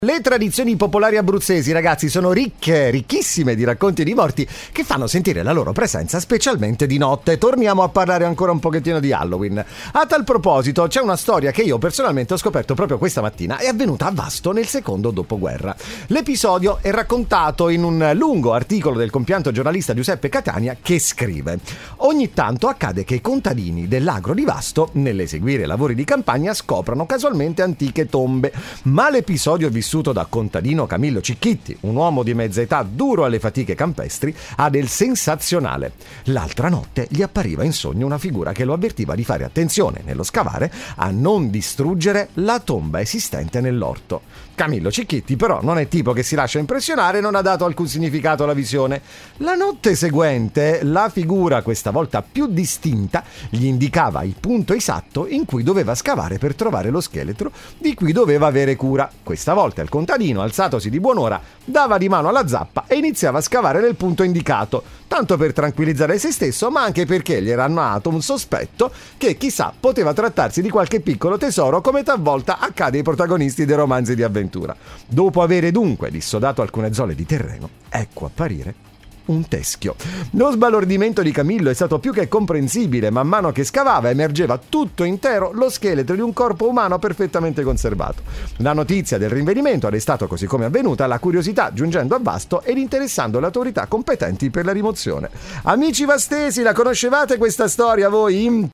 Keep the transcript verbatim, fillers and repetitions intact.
Le tradizioni popolari abruzzesi, ragazzi, sono ricche, ricchissime di racconti di morti che fanno sentire la loro presenza specialmente di notte. Torniamo a parlare ancora un pochettino di Halloween. A tal proposito, c'è una storia che io personalmente ho scoperto proprio questa mattina. È avvenuta a Vasto nel secondo dopoguerra. L'episodio è raccontato in un lungo articolo del compianto giornalista Giuseppe Catania, che scrive: ogni tanto accade che i contadini dell'agro di Vasto, nell'eseguire lavori di campagna, scoprano casualmente antiche tombe. Ma l'episodio vissuto da contadino Camillo Cicchitti, un uomo di mezza età duro alle fatiche campestri, ha del sensazionale. L'altra notte gli appariva in sogno una figura che lo avvertiva di fare attenzione nello scavare a non distruggere la tomba esistente nell'orto. Camillo Cicchitti però non è tipo che si lascia impressionare e non ha dato alcun significato alla visione. La notte seguente la figura, questa volta più distinta, gli indicava il punto esatto in cui doveva scavare per trovare lo scheletro di cui doveva avere cura. Questa volta il contadino, alzatosi di buon'ora, dava di mano alla zappa e iniziava a scavare nel punto indicato, tanto per tranquillizzare se stesso, ma anche perché gli era nato un sospetto che chissà poteva trattarsi di qualche piccolo tesoro, come talvolta accade ai protagonisti dei romanzi di avventura. Dopo avere dunque dissodato alcune zone di terreno, ecco apparire un teschio. Lo sbalordimento di Camillo è stato più che comprensibile. Man mano che scavava emergeva tutto intero lo scheletro di un corpo umano perfettamente conservato. La notizia del rinvenimento ha destato, così come avvenuta, la curiosità giungendo a Vasto ed interessando le autorità competenti per la rimozione. Amici vastesi, la conoscevate questa storia voi?